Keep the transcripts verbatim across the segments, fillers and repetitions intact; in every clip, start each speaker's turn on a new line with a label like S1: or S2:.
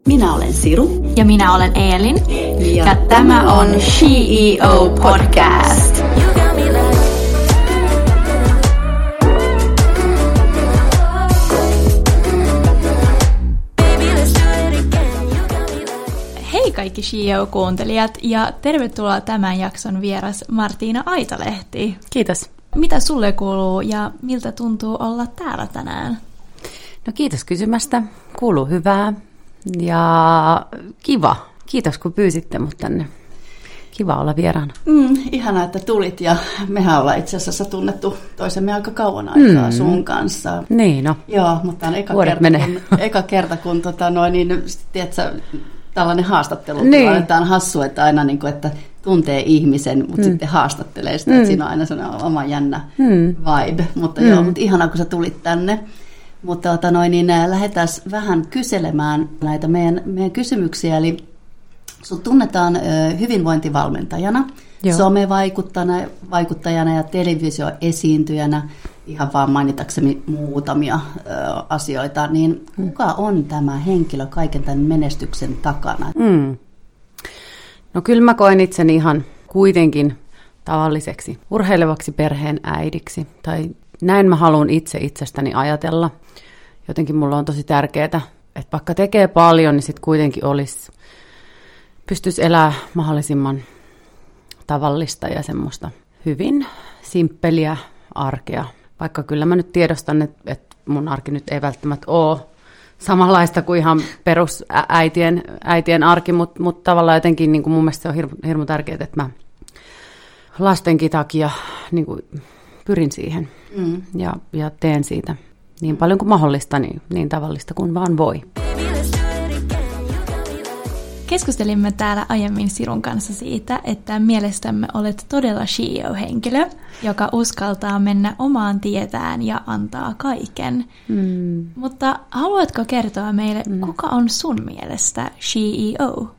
S1: Minä olen Siru.
S2: Ja minä olen Eelin.
S1: Ja, ja tämä on She E O Podcast.
S2: Hei kaikki She E O-kuuntelijat ja tervetuloa tämän jakson vieras Martina Aitalehti.
S3: Kiitos.
S2: Mitä sulle kuuluu ja miltä tuntuu olla täällä tänään?
S3: No kiitos kysymästä. Kuuluu hyvää ja kiva. Kiitos kun pyysitte mut tänne. Kiva olla vieraana.
S1: Mm, ihanaa, että tulit ja mehän ollaan itse asiassa tunnettu toisemme aika kauan aikaa mm. sun kanssa.
S3: Niin no.
S1: Joo, mutta on eka
S3: Vuodet
S1: kerta, kun, eka kerta kun tota, noin, niin, tiedätkö, tällainen haastattelu.
S3: Niin.
S1: Tämä on hassu, että aina niin kuin, että tuntee ihmisen, mutta mm. sitten haastattelee sitä, mm. että siinä on aina sellainen oma jännä mm. vibe. Mutta mm. joo, mutta ihanaa, kun sä tulit tänne. Mutta tota noin, niin lähdetään vähän kyselemään näitä meidän, meidän kysymyksiä. Eli sut tunnetaan ö, hyvinvointivalmentajana, joo. somevaikuttajana vaikuttajana ja televisioesiintyjänä, ihan vaan mainitakseni muutamia ö, asioita. Niin kuka on tämä henkilö kaiken tämän menestyksen takana?
S3: Mm. No kyllä mä koen itseni ihan kuitenkin tavalliseksi urheilevaksi perheen äidiksi. Tai näin mä haluan itse itsestäni ajatella. Jotenkin mulla on tosi tärkeää, että vaikka tekee paljon, niin sitten kuitenkin olisi, pystyisi elämään mahdollisimman tavallista ja semmoista hyvin simppeliä arkea. Vaikka kyllä mä nyt tiedostan, että, että mun arki nyt ei välttämättä ole samanlaista kuin ihan perusäitien äitien arki, mutta, mutta tavallaan jotenkin niin kuin mun mielestä se on hirmu, hirmu tärkeää, että mä lastenkin takia niin kuin pyrin siihen mm. ja, ja teen siitä niin paljon kuin mahdollista, niin, niin tavallista kuin vaan voi.
S2: Keskustelimme täällä aiemmin Sirun kanssa siitä, että mielestämme olet todella She E O-henkilö, joka uskaltaa mennä omaan tietään ja antaa kaiken. Mm. Mutta haluatko kertoa meille, mm. kuka on sun mielestä She E O?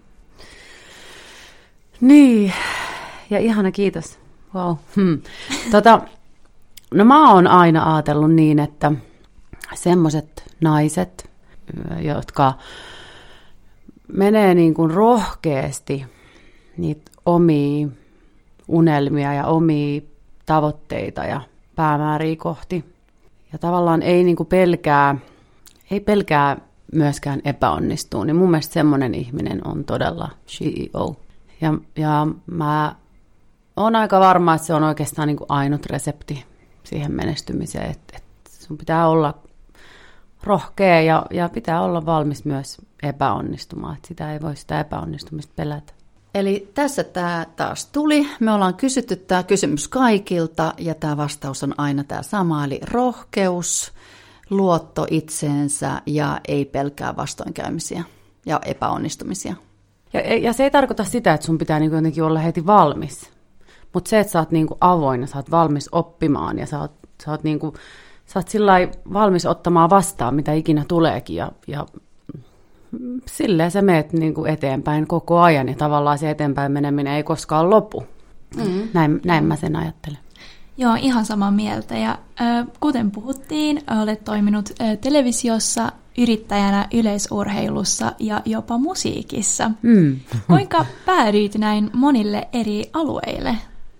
S3: Niin, ja ihana kiitos. Wow. Hmm. Tota, no mä oon aina ajatellut niin, että semmoiset naiset, jotka menee niin kuin rohkeasti niitä omia unelmia ja omia tavoitteita ja päämääriä kohti. Ja tavallaan ei niin kuin pelkää, ei pelkää myöskään epäonnistua, niin mun mielestä semmoinen ihminen on todella She E O. Ja, ja mä oon aika varma, että se on oikeastaan niin kuin ainut resepti siihen menestymiseen, että, että sun pitää olla rohkea ja, ja pitää olla valmis myös epäonnistumaan, että sitä ei voi sitä epäonnistumista pelätä.
S1: Eli tässä tämä taas tuli. Me ollaan kysytty tämä kysymys kaikilta ja tämä vastaus on aina tämä sama, eli rohkeus, luotto itseensä ja ei pelkää vastoinkäymisiä ja epäonnistumisia.
S3: Ja, ja se ei tarkoita sitä, että sun pitää niin kuin jotenkin olla heti valmis, mutta se, että sä oot niin kuin avoin ja sä oot valmis oppimaan ja sä oot, sä oot niin kuin Sä oot sillai valmis ottamaan vastaan, mitä ikinä tuleekin, ja, ja silleen sä meet niin kuin eteenpäin koko ajan, ja tavallaan se eteenpäin meneminen ei koskaan lopu. Mm. Näin, näin mä sen ajattelen.
S2: Joo, ihan samaa mieltä. Ja äh, kuten puhuttiin, olet toiminut äh, televisiossa, yrittäjänä, yleisurheilussa ja jopa musiikissa. Mm. Kuinka päädyit näin monille eri alueille?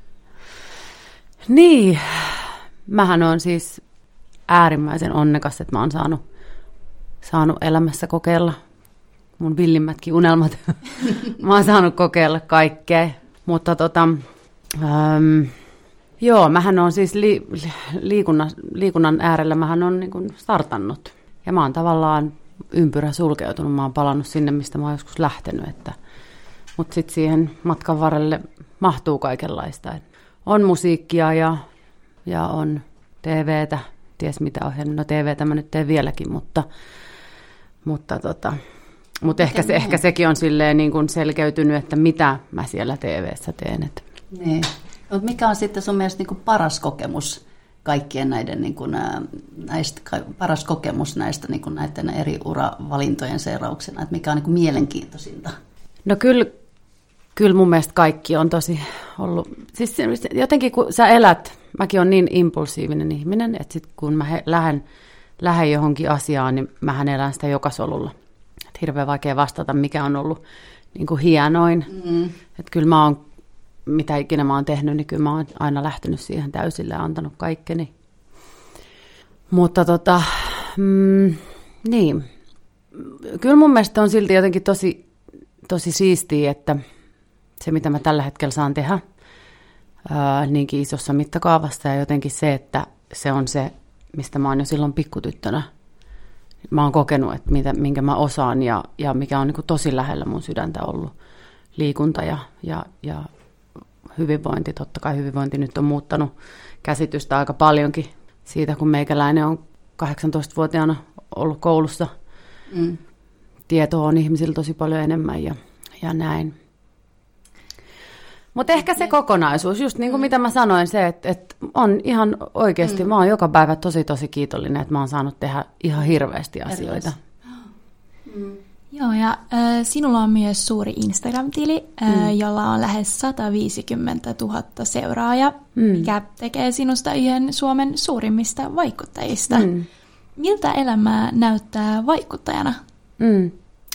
S3: Niin, mähän on siis äärimmäisen onnekas, että mä oon saanut, saanut elämässä kokeilla mun villimmätkin unelmat. Mä oon saanut kokeilla kaikkea, mutta tota, ähm, joo, mähän on siis li, liikunnan, liikunnan äärellä, mähän on niin kuin startannut. Ja mä oon tavallaan ympyrä sulkeutunut, mä oon palannut sinne, mistä mä oon joskus lähtenyt. Että, mutta sitten siihen matkan varrelle mahtuu kaikenlaista. Et on musiikkia ja, ja on T V:tä. Ties mitä ohjelmia. No T V:tä mä nyt teen vieläkin, mutta, mutta, tota, mutta ehkä, se, ehkä sekin on silleen niin kuin selkeytynyt, että mitä mä siellä T V:ssä teen. Että.
S1: Niin. Mutta mikä on sitten sun mielestä niin kuin paras kokemus kaikkien näiden, niin kuin, näistä, paras kokemus näistä niin kuin näiden eri uravalintojen seurauksena, että mikä on niin kuin mielenkiintoisinta?
S3: No kyllä, kyllä mun mielestä kaikki on tosi ollut, siis jotenkin kun sä elät, mäkin olen niin impulsiivinen ihminen, että sit kun mä lähden, lähden johonkin asiaan, niin mähän elän sitä joka solulla. Et hirveän vaikea vastata, mikä on ollut niin kuin hienoin. Mm. Että kyllä mä oon, mitä ikinä mä oon tehnyt, niin kyllä mä oon aina lähtenyt siihen täysille ja antanut kaikkeni. Mutta tota, mm, niin. Kyllä mun mielestä on silti jotenkin tosi, tosi siistiä, että se mitä mä tällä hetkellä saan tehdä ää, niinkin isossa mittakaavassa ja jotenkin se, että se on se, mistä mä oon jo silloin pikkutyttönä. Mä oon kokenut, että mitä, minkä mä osaan ja, ja mikä on niin kuin tosi lähellä mun sydäntä ollut. Liikunta ja, ja, ja hyvinvointi. Totta kai hyvinvointi nyt on muuttanut käsitystä aika paljonkin siitä, kun meikäläinen on kahdeksantoistavuotiaana ollut koulussa. Mm. Tietoa on ihmisillä tosi paljon enemmän ja, ja näin. Mutta ehkä se kokonaisuus, just niin kuin mm. mitä mä sanoin, se, että, että on ihan oikeasti, mm. mä oon joka päivä tosi tosi kiitollinen, että mä oon saanut tehdä ihan hirveästi asioita.
S2: Mm. Joo, ja äh, sinulla on myös suuri Instagram-tili, äh, mm. jolla on lähes sata viisikymmentätuhatta seuraajaa, mm. mikä tekee sinusta yhden Suomen suurimmista vaikuttajista. Mm. Miltä elämää näyttää vaikuttajana?
S3: Mm.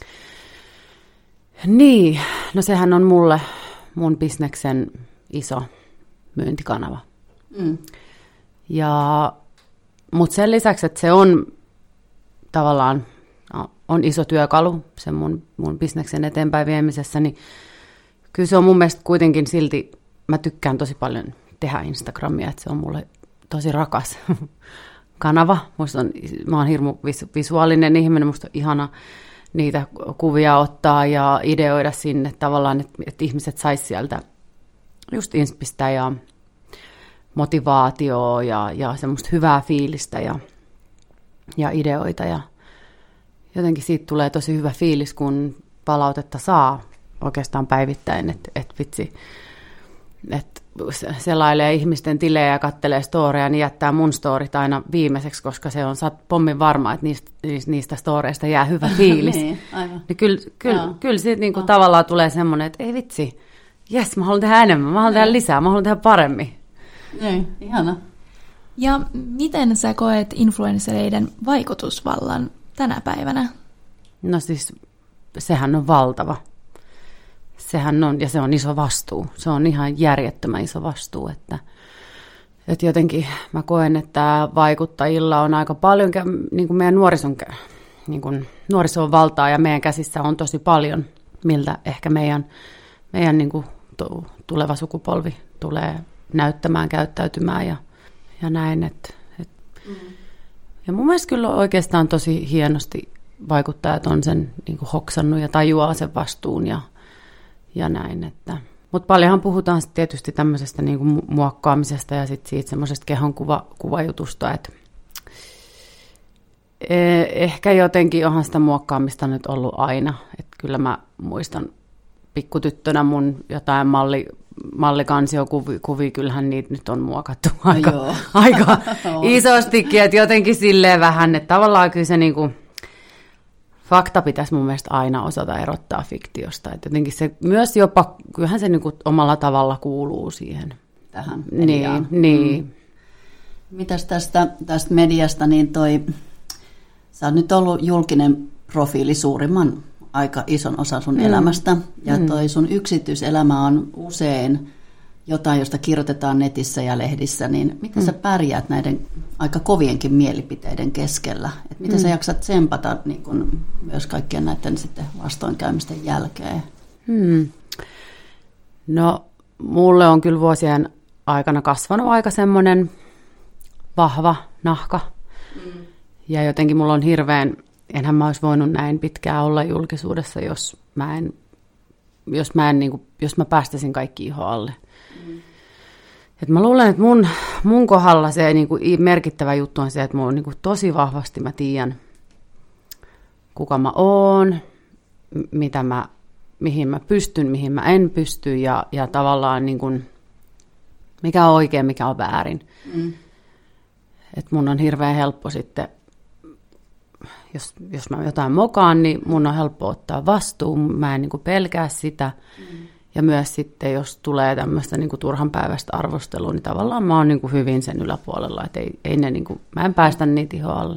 S3: Niin, no sehän on mulle mun bisneksen iso myyntikanava. Mm. Ja, mutta sen lisäksi, että se on tavallaan on iso työkalu sen mun, mun bisneksen eteenpäin viemisessä, niin kyllä se on mun mielestä kuitenkin silti, mä tykkään tosi paljon tehdä Instagramia, että se on mulle tosi rakas kanava. Musta on, mä oon hirmu visuaalinen ihminen, musta on ihana niitä kuvia ottaa ja ideoida sinne tavallaan, että, että ihmiset sais sieltä just inspistä ja motivaatioa ja, ja semmoista hyvää fiilistä ja, ja ideoita. Ja jotenkin siitä tulee tosi hyvä fiilis, kun palautetta saa oikeastaan päivittäin, että et vitsi, että selailee ihmisten tilejä ja kattelee storeja, niin jättää mun storit aina viimeiseksi, koska se on, sä oot pommin varma, että niistä, niistä storeista jää hyvä fiilis. niin, niin kyllä, kyllä, kyllä siitä niinku no. tavallaan tulee semmoinen, että ei vitsi, jes, mä haluan tehdä enemmän, mä haluan tehdä lisää, mä haluan tehdä paremmin.
S1: Niin, ihana.
S2: Ja miten sä koet influenssereiden vaikutusvallan tänä päivänä?
S3: No siis, sehän on valtava. Sehän on, ja se on iso vastuu. Se on ihan järjettömän iso vastuu, että, että jotenkin mä koen, että vaikuttajilla on aika paljon, niin kuin meidän nuorison, niin kuin nuorison valtaa, ja meidän käsissä on tosi paljon, miltä ehkä meidän, meidän niin kuin tuleva sukupolvi tulee näyttämään, käyttäytymään ja, ja näin. Että, että. Mm. Ja mun mielestä kyllä oikeastaan tosi hienosti vaikuttajat on sen niin kuin hoksannut ja tajuaa sen vastuun ja Ja näin, että. Mutta paljonhan puhutaan sit tietysti tämmöisestä niinku muokkaamisesta ja sit siitä semmoisesta kehon kuva, kuvajutusta, että ehkä jotenkin onhan sitä muokkaamista nyt ollut aina. Että kyllä mä muistan pikkutyttönä mun jotain malli, mallikansiokuvia, kyllähän niitä nyt on muokattu aika, no aika isostikin, että jotenkin silleen vähän, että tavallaan kyllä se niinku fakta pitäisi mun mielestä aina osata erottaa fiktiosta. Että jotenkin se myös jopa, kyllähän se niinku omalla tavalla kuuluu siihen.
S1: Tähän mediaan.
S3: Niin, niin.
S1: Mm. Mitäs tästä, tästä mediasta, niin toi, sä oot nyt ollut julkinen profiili suurimman aika ison osan sun mm. elämästä. Ja mm. toi sun yksityiselämä on usein jotain, josta kirjoitetaan netissä ja lehdissä, niin miten mm. sä pärjäät näiden aika kovienkin mielipiteiden keskellä? Et miten mm. sä jaksat tsempata niin kun myös kaikkien näiden sitten vastoinkäymisten jälkeen?
S3: Hmm. No, mulle on kyllä vuosien aikana kasvanut aika semmoinen vahva nahka. Mm. Ja jotenkin mulla on hirveän, enhän mä olisi voinut näin pitkään olla julkisuudessa, jos mä en, jos mä, en, niin kuin, jos mä päästäisin kaikki iho alle. Mm. Et mä luulen, että mun, mun kohdalla se niin kuin merkittävä juttu on se, että mulla on niin kuin tosi vahvasti mä tiedän, kuka mä oon, mitä mä, mihin mä pystyn, mihin mä en pysty ja, ja tavallaan niin kuin, mikä on oikein, mikä on väärin. Mm. Et mun on hirveän helppo sitten, jos, jos mä jotain mokaan, niin mun on helppo ottaa vastuu, mä en niin kuin pelkää sitä. Mm. Ja myös sitten, jos tulee tämmöistä niin kuin turhanpäiväistä arvostelua, niin tavallaan mä oon niin kuin hyvin sen yläpuolella, että ei, ei ne, niin kuin, mä en päästä niitä ihoa alle.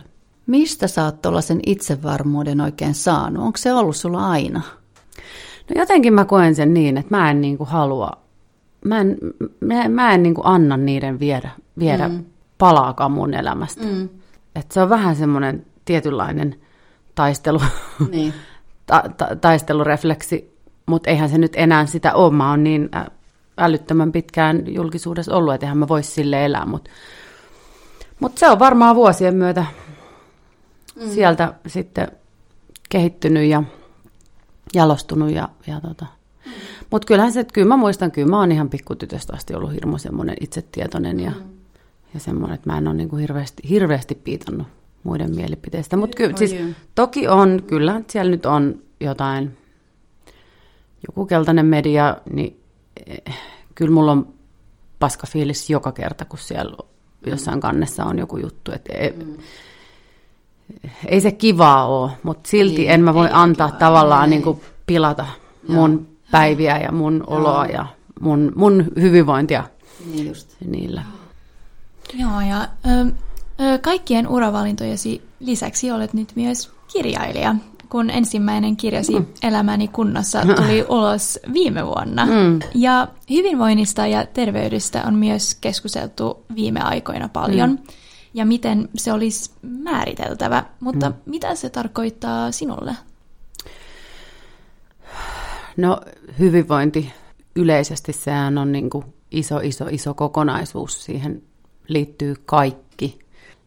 S1: Mistä sä oot tuollaisen itsevarmuuden oikein saanut? Onko se ollut sulla aina?
S3: No jotenkin mä koen sen niin, että mä en niinku halua, mä en, mä, mä en niinku anna niiden viedä, viedä mm. palaakaan mun elämästä. Mm. Että se on vähän semmoinen tietynlainen taistelu, niin. ta, ta, taistelurefleksi, mutta eihän se nyt enää sitä ole. Mä oon niin älyttömän pitkään julkisuudessa ollut, että eihän mä vois sille elää, mutta mut se on varmaan vuosien myötä mm. sieltä sitten kehittynyt ja jalostunut. Ja, ja tota. mm. Mutta kyllähän se, kyllä mä muistan, kyllä mä oon ihan pikkutytöstä asti ollut hirmu semmoinen itsetietoinen ja, mm. ja semmoinen, että mä en ole niinku hirveästi, hirveästi piitannut muiden mielipiteistä. Mutta ky- siis, toki on, kyllä siellä nyt on jotain, joku keltainen media, niin eh, kyllä mulla on paska fiilis joka kerta, kun siellä jossain kannessa on joku juttu. Et ei, mm. ei se kivaa ole, mutta silti niin, en mä voi antaa kivaa. tavallaan niin kuin pilata Joo. mun päiviä ja mun Joo. oloa ja mun, mun hyvinvointia
S1: niin just.
S3: niillä.
S2: Joo, ja ö, ö, kaikkien uravalintojesi lisäksi olet nyt myös kirjailija, kun ensimmäinen kirjasi mm. Elämäni kunnossa tuli ulos viime vuonna. Mm. Ja hyvinvoinnista ja terveydestä on myös keskusteltu viime aikoina paljon, mm. ja miten se olisi määriteltävä. Mutta mm. mitä se tarkoittaa sinulle?
S3: No hyvinvointi yleisesti sehän on niin kuin iso, iso, iso kokonaisuus. Siihen liittyy kaikki.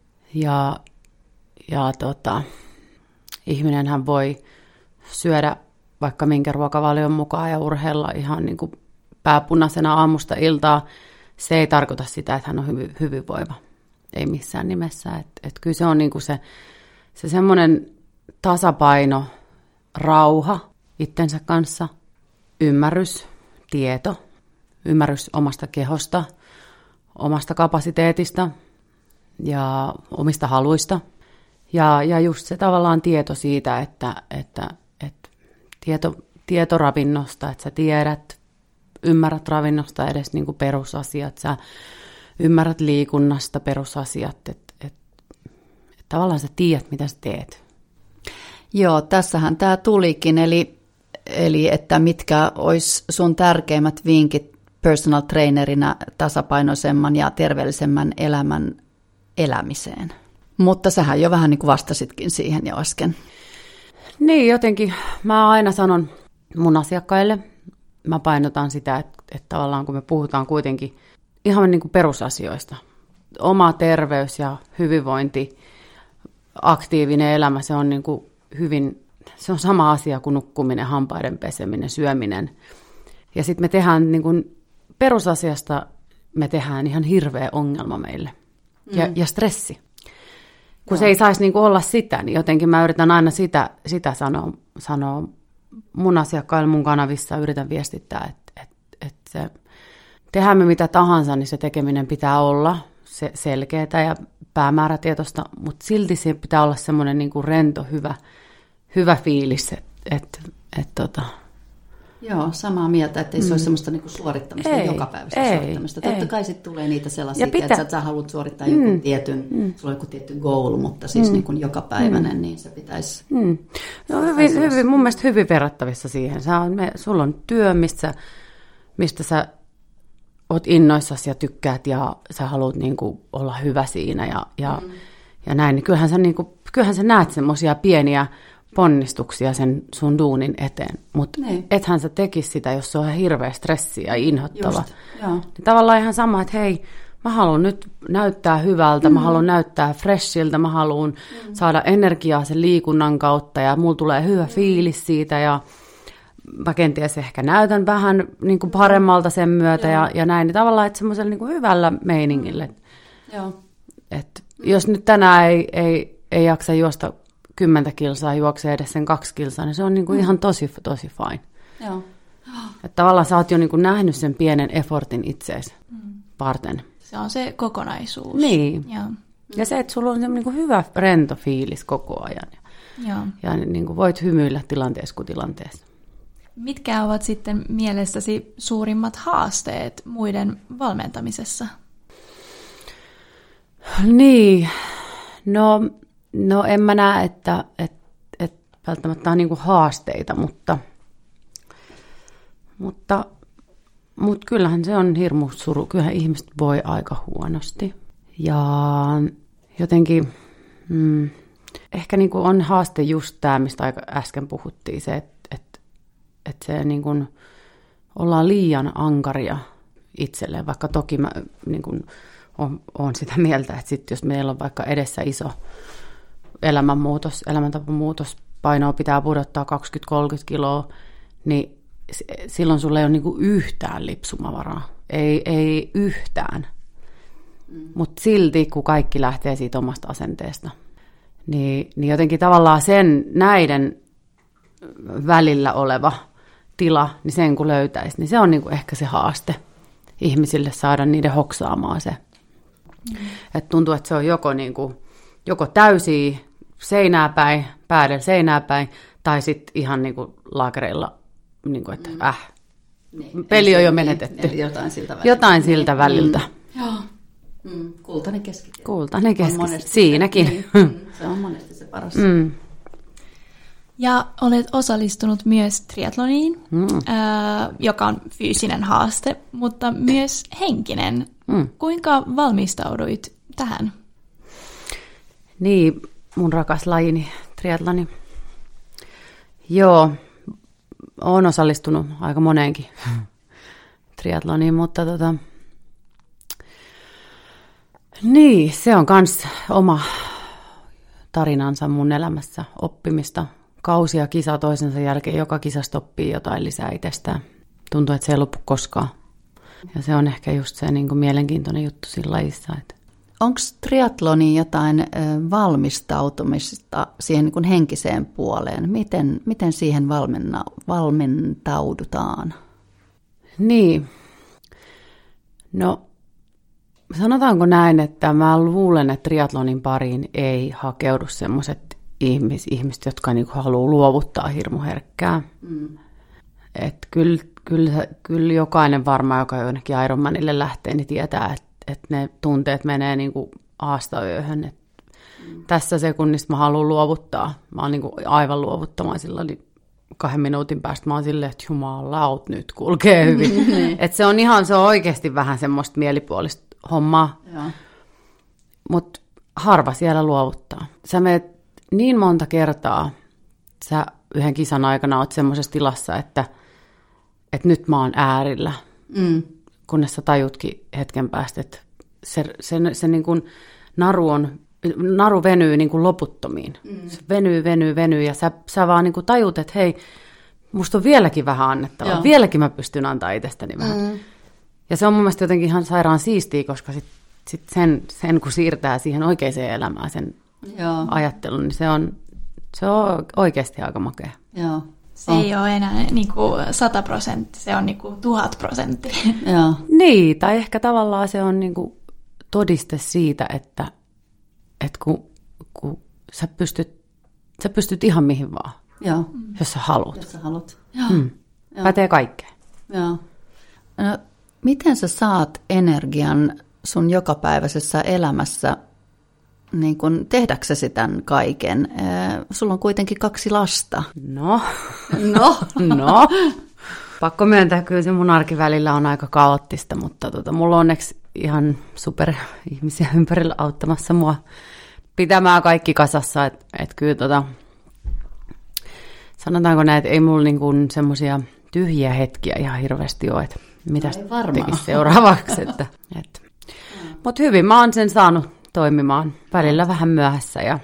S3: Ja, ja tota... Ihminenhän voi syödä vaikka minkä ruokavalion mukaan ja urheilla ihan niin kuin pääpunaisena aamusta iltaa. Se ei tarkoita sitä, että hän on hyvin, hyvinvoiva. Ei missään nimessä. Et, et kyllä se on niin kuin se, se semmoinen tasapaino, rauha itsensä kanssa, ymmärrys, tieto, ymmärrys omasta kehosta, omasta kapasiteetista ja omista haluista. Ja, ja just se tavallaan tieto siitä, että, että, että tieto, tieto ravinnosta, että sä tiedät, ymmärrät ravinnosta edes niin kuin perusasiat, sä ymmärrät liikunnasta perusasiat, että, että, että tavallaan sä tiedät, mitä sä teet.
S1: Joo, tässähän tämä tulikin, eli, eli että mitkä olisi sun tärkeimmät vinkit personal trainerina tasapainoisemman ja terveellisemmän elämän elämiseen. Mutta sähän jo vähän niin kuin vastasitkin siihen jo äsken.
S3: Niin, jotenkin mä aina sanon mun asiakkaille, mä painotan sitä, että, että tavallaan kun me puhutaan kuitenkin ihan niin kuin perusasioista, oma terveys ja hyvinvointi, aktiivinen elämä, se on niin kuin hyvin, se on sama asia kuin nukkuminen, hampaiden peseminen, syöminen. Ja sitten me tehdään niin kuin perusasiasta, me tehdään ihan hirveä ongelma meille ja, mm. ja stressi. Kun Joo. se ei saisi niin kuin olla sitä, niin jotenkin mä yritän aina sitä, sitä sanoa, sanoa mun asiakkaille, mun kanavissa, yritän viestittää, että, että, että se, tehdään me mitä tahansa, niin se tekeminen pitää olla se selkeää ja päämäärätietoista, mutta silti se pitää olla semmoinen niin kuin rento, hyvä, hyvä fiilis, että, että, että tota.
S1: Joo, samaa mieltä, että ei se mm. ole semmoista niinku suorittamista, ei, jokapäiväistä ei, suorittamista. Totta ei. Kai sitten tulee niitä sellaisia, pitä... että sä haluat suorittaa mm. joku tietyn, mm. sulla on joku tietty goal, mutta siis mm. niin jokapäiväinen, mm. niin se pitäisi...
S3: Mm. No, hyvin, hyvin, mun mielestä hyvin verrattavissa siihen. Sä on, me, sulla on työ, mistä, mistä sä oot innoissasi ja tykkäät ja sä haluat niinku olla hyvä siinä ja, ja, mm. ja näin. Niin kyllähän, sä niinku, kyllähän sä näet semmoisia pieniä ponnistuksia sen sun duunin eteen, mutta niin. ethän sä tekisi sitä, jos se on hirveä stressi ja inhottava. Niin tavallaan ihan sama, että hei, mä haluan nyt näyttää hyvältä, mm. mä haluan näyttää freshiltä, mä haluan mm. saada energiaa sen liikunnan kautta ja mulla tulee hyvä mm. fiilis siitä ja mä kenties ehkä näytän vähän niin kuin paremmalta sen myötä ja, ja näin. Niin tavallaan, että semmoisella niin kuin hyvällä meiningillä. Mm. Joo. Et jos nyt tänään ei, ei, ei jaksa juosta kymmentä kilsaa, juoksee edes sen kaksi kilsaa, niin se on niin kuin mm. ihan tosi, tosi fine. Joo. Että tavallaan sä oot jo niin kuin nähnyt sen pienen effortin itseesi mm. varten.
S2: Se on se kokonaisuus.
S3: Niin. Ja, ja se, että sulla on se niin kuin hyvä rento fiilis koko ajan. Ja, ja niin kuin voit hymyillä tilanteessa kuin tilanteessa.
S2: Mitkä ovat sitten mielestäsi suurimmat haasteet muiden valmentamisessa?
S3: Niin, no No en mä näe, että, että, että välttämättä on niin kuin haasteita, mutta, mutta, mutta kyllähän se on hirmu suru. Kyllähän ihmiset voi aika huonosti. Ja jotenkin mm, ehkä niin kuin on haaste just tämä, mistä aika äsken puhuttiin, se, että, että, että se niin kuin ollaan liian ankaria itselleen, vaikka toki mä niin kuin olen, olen sitä mieltä, että sit jos meillä on vaikka edessä iso elämänmuutos, elämäntapamuutos, painoa pitää pudottaa kaksikymmentä kolmekymmentä kiloa, niin silloin sulla ei ole niin kuin yhtään lipsumavaraa. Ei, ei yhtään. Mm. Mutta silti, kun kaikki lähtee siitä omasta asenteesta, niin, niin jotenkin tavallaan sen näiden välillä oleva tila, niin sen kun löytäisi, niin se on niin kuin ehkä se haaste ihmisille saada niiden hoksaamaan se. Mm. Että tuntuu, että se on joko, niin kuin, joko täysiä seinää päin, päädellä seinää päin, tai sitten ihan niin kuin laakereilla, niin kuin, että äh, niin, peli on jo menetetty.
S1: Niin, jotain siltä väliltä.
S3: Jotain siltä väliltä.
S1: Mm. Joo. Mm. Kultainen keskitie.
S3: Kultainen keskitie. Siinäkin.
S1: Se, niin, se on monesti se paras.
S3: Mm.
S2: Ja olet osallistunut myös triathloniin,
S3: Mm.
S2: ää, joka on fyysinen haaste, mutta myös henkinen.
S3: Mm.
S2: Kuinka valmistauduit tähän?
S3: Niin, mun rakas lajini, triathloni. Joo, olen osallistunut aika moneenkin triathloniin, mutta tota, niin, se on myös oma tarinansa mun elämässä, oppimista. Kausi ja kisa toisensa jälkeen, joka kisasta oppii jotain lisää itsestään. Tuntuu, että se ei lopu koskaan. Ja se on ehkä just se niin kuin mielenkiintoinen juttu siinä lajissa. Että
S1: onko triathloni jotain valmistautumista siihen niin kuin henkiseen puoleen? Miten, miten siihen valmenna, valmentaudutaan?
S3: Niin. No, sanotaanko näin, että mä luulen, että triathlonin pariin ei hakeudu semmoiset ihmis, ihmiset, jotka niinku haluaa luovuttaa hirmu herkkää. Mm. Että kyllä, kyllä, kyllä jokainen varmaan, joka jonnekin Ironmanille lähtee, niin tietää, että, että ne tunteet menee niinku aasta yöhön. Et mm. Tässä sekunnissa mä haluan luovuttaa. Mä oon niinku aivan luovuttamaan sillä, niin kahden minuutin päästä mä oon silleen, että jumalaut nyt kulkee hyvin. Että se on ihan, se on oikeasti vähän semmoista mielipuolista hommaa. Mutta harva siellä luovuttaa. Sä meet niin monta kertaa, sä yhden kisan aikana oot semmoisessa tilassa, että, että nyt mä oon äärillä. Mm. Kunnes sä tajutkin hetken päästä, että se, se, se niin kuin naru, on, naru venyy niin kuin loputtomiin. Mm. Se venyy, venyy, venyy ja sä, sä vaan niin kuin tajut, että hei, musta on vieläkin vähän annettavaa. Joo. Vieläkin mä pystyn antaa itsestäni vähän. Mm. Ja se on mun mielestä jotenkin ihan sairaan siistiä, koska sit, sit sen, sen kun siirtää siihen oikeaan elämään sen Joo. ajattelun, niin se on, se on oikeasti aika makea.
S2: Joo. Se oh. ei ole enää niinku sata prosenttia, se on niinku tuhat prosenttia.
S3: Joo. Niin, tai ehkä tavallaan se on niinku todiste siitä, että, että kun, kun sä, pystyt, sä pystyt ihan mihin vaan, Joo. jos sä haluat.
S1: Jos sä haluat.
S3: Hmm. Pätee kaikkeen.
S1: Joo. No, miten sä saat energian sun jokapäiväisessä elämässä niin kun tehdäksesi tämän kaiken? Sulla on kuitenkin kaksi lasta.
S3: No.
S1: No.
S3: no. Pakko myöntää, kyllä se mun arki välillä on aika kaoottista, mutta tota, mulla on onneksi ihan super ihmisiä ympärillä auttamassa mua pitämään kaikki kasassa. Että et kyllä tota, sanotaanko näin, että ei mulla niinku semmoisia tyhjiä hetkiä ihan hirveästi ole, että mitä tekisi seuraavaksi. Että, et. Mutta hyvin mä oon sen saanut toimimaan välillä vähän myöhässä ja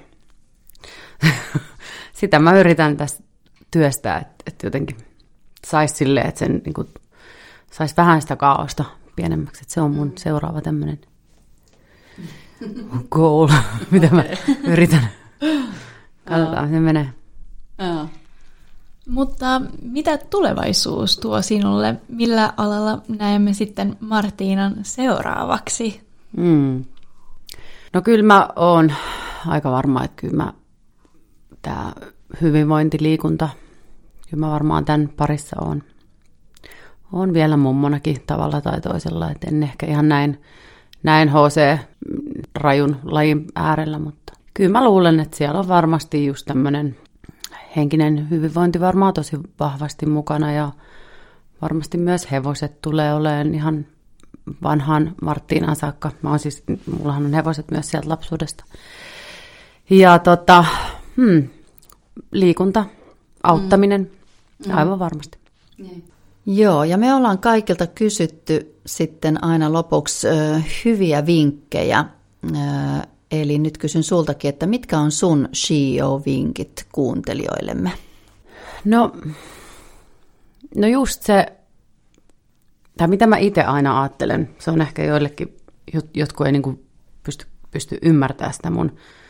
S3: sitä mä yritän tässä työstää, että, että jotenkin saisi silleen, että sen niin kuin, saisi vähän sitä kaaosta pienemmäksi, että se on mun seuraava tämmöinen goal, mitä mä yritän. Katsotaan, se menee.
S2: Aa. Mutta mitä tulevaisuus tuo sinulle? Millä alalla näemme sitten Martiinan seuraavaksi?
S3: Mm. No kyllä mä oon aika varma, että kyllä mä tää hyvinvointiliikunta, kyllä mä varmaan tämän parissa oon. Oon vielä mummonakin tavalla tai toisella, et en ehkä ihan näin, näin H C-rajun lajin äärellä, mutta kyllä mä luulen, että siellä on varmasti just tämmöinen henkinen hyvinvointi varmaan tosi vahvasti mukana ja varmasti myös hevoset tulee olemaan ihan vanhan Marttiinaan saakka. Mä oon siis, mullahan on hevoset myös sieltä lapsuudesta. Ja tota, hmm, liikunta, auttaminen, mm. aivan varmasti.
S1: Mm. Joo, ja me ollaan kaikilta kysytty sitten aina lopuksi ö, hyviä vinkkejä. Ö, eli nyt kysyn sultakin, että mitkä on sun S H E O-vinkit kuuntelijoillemme?
S3: No, no just se, tai mitä mä itse aina ajattelen, se on ehkä joillekin, jotkut ei niin kuin pysty, pysty ymmärtämään sitä mun,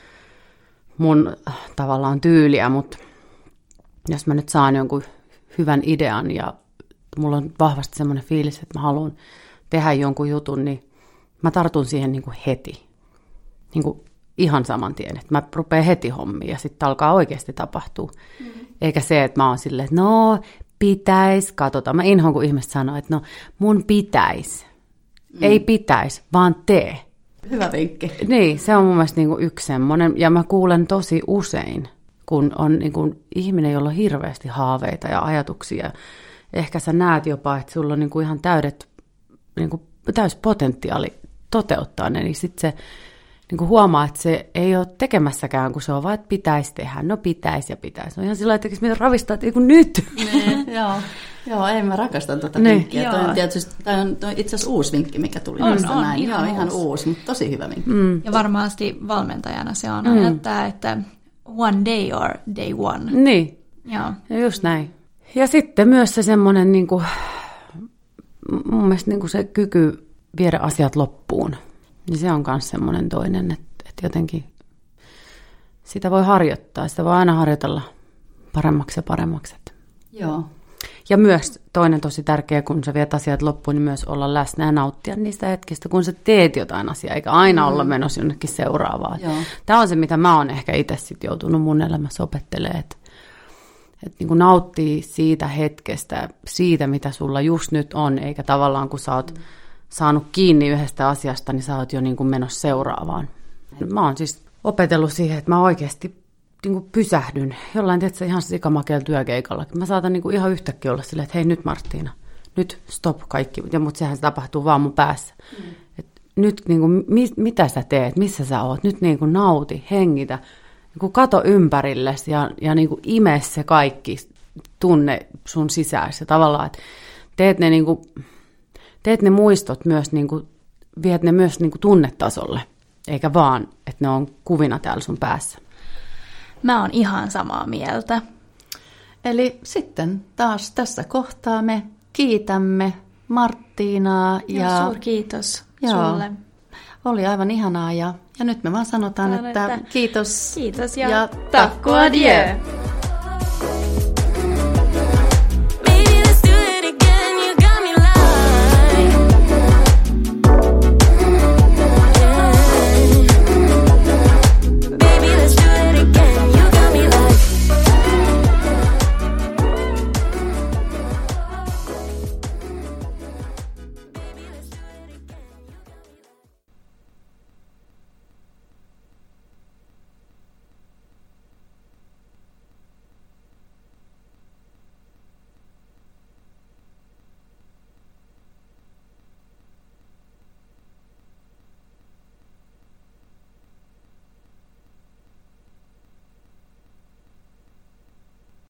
S3: mun tavallaan tyyliä, mutta jos mä nyt saan jonkun hyvän idean ja mulla on vahvasti semmoinen fiilis, että mä haluan tehdä jonkun jutun, niin mä tartun siihen niin kuin heti. Niin kuin ihan saman tien, että mä rupean heti hommiin ja sitten alkaa oikeasti tapahtua. Mm-hmm. Eikä se, että mä oon silleen, että no pitäis, katsotaan. Mä inhoan, kun ihmiset sanoo, että no mun pitäis. Mm. Ei pitäis, vaan tee.
S1: Hyvä vinkki.
S3: Niin, se on mun mielestä niin kuin yksi semmoinen. Ja mä kuulen tosi usein, kun on niin kuin ihminen, jolla on hirveästi haaveita ja ajatuksia. Ehkä sä näet jopa, että sulla on niin kuin ihan täydet, niin kuin täys potentiaali toteuttaa ne, niin sitten se niin kuin huomaa, että se ei ole tekemässäkään, kun se on vaan, että pitäisi tehdä. No pitäisi ja pitäisi. On ihan sillä lailla, että mitä ravistaa, että ei kun nyt.
S1: Ne, joo. Joo, ei mä rakastan tuota ne, vinkkiä. Toi on, tietysti, toi on, toi on itse asiassa uusi vinkki, mikä tuli
S2: on,
S1: vasta
S2: on,
S1: näin.
S2: Ihan,
S1: joo,
S2: uusi.
S1: ihan uusi, mutta tosi hyvä vinkki.
S3: Mm.
S2: Ja varmasti valmentajana se on
S3: Mm.
S2: ajattaa, että one day or day one.
S3: Niin,
S2: Joo.
S3: ja just näin. Ja sitten myös se semmoinen, niin kuin, mun mielestä niin kuin se kyky viedä asiat loppuun. Niin se on myös semmoinen toinen, että, että jotenkin sitä voi harjoittaa. Sitä voi aina harjoitella paremmaksi ja paremmaksi.
S1: Joo.
S3: Ja myös toinen tosi tärkeä, kun sä viet asiat loppuun, niin myös olla läsnä ja nauttia niistä hetkistä, kun sä teet jotain asiaa, eikä aina mm. olla menossa jonnekin seuraavaan.
S1: Joo.
S3: Tämä on se, mitä mä oon ehkä itse sit joutunut mun elämässä opettelemaan, että, että niin kuin nauttii siitä hetkestä, siitä mitä sulla just nyt on, eikä tavallaan kun sä oot mm. saanut kiinni yhdestä asiasta, niin sä oot jo niin kuin menossa seuraavaan. Mä oon siis opetellut siihen, että mä oikeasti niin kuin pysähdyn. Jollain tietysti ihan sikamakeella työkeikalla. Mä saatan niin kuin ihan yhtäkkiä olla silleen, että hei nyt Marttiina, nyt stop kaikki. Ja, mutta sehän se tapahtuu vaan mun päässä. Mm. Et nyt niin kuin, mi, mitä sä teet, missä sä oot, nyt niin kuin nauti, hengitä. Niin kuin kato ympärillesi ja, ja niin kuin ime se kaikki tunne sun sisässä. Tavallaan, että teet ne, niin kuin, teet ne muistot myös, niin kuin, viet ne myös niin kuin tunnetasolle. Eikä vaan, että ne on kuvina täällä sun päässä.
S2: Mä oon ihan samaa mieltä.
S1: Eli sitten taas tässä kohtaa me kiitämme Marttiinaa.
S2: Ja,
S1: ja
S2: suur kiitos
S1: joo,
S2: sulle.
S1: Oli aivan ihanaa ja, ja nyt me vaan sanotaan,
S2: Sanon,
S1: että,
S2: että
S1: kiitos.
S2: Kiitos ja,
S1: ja
S2: takku adieu.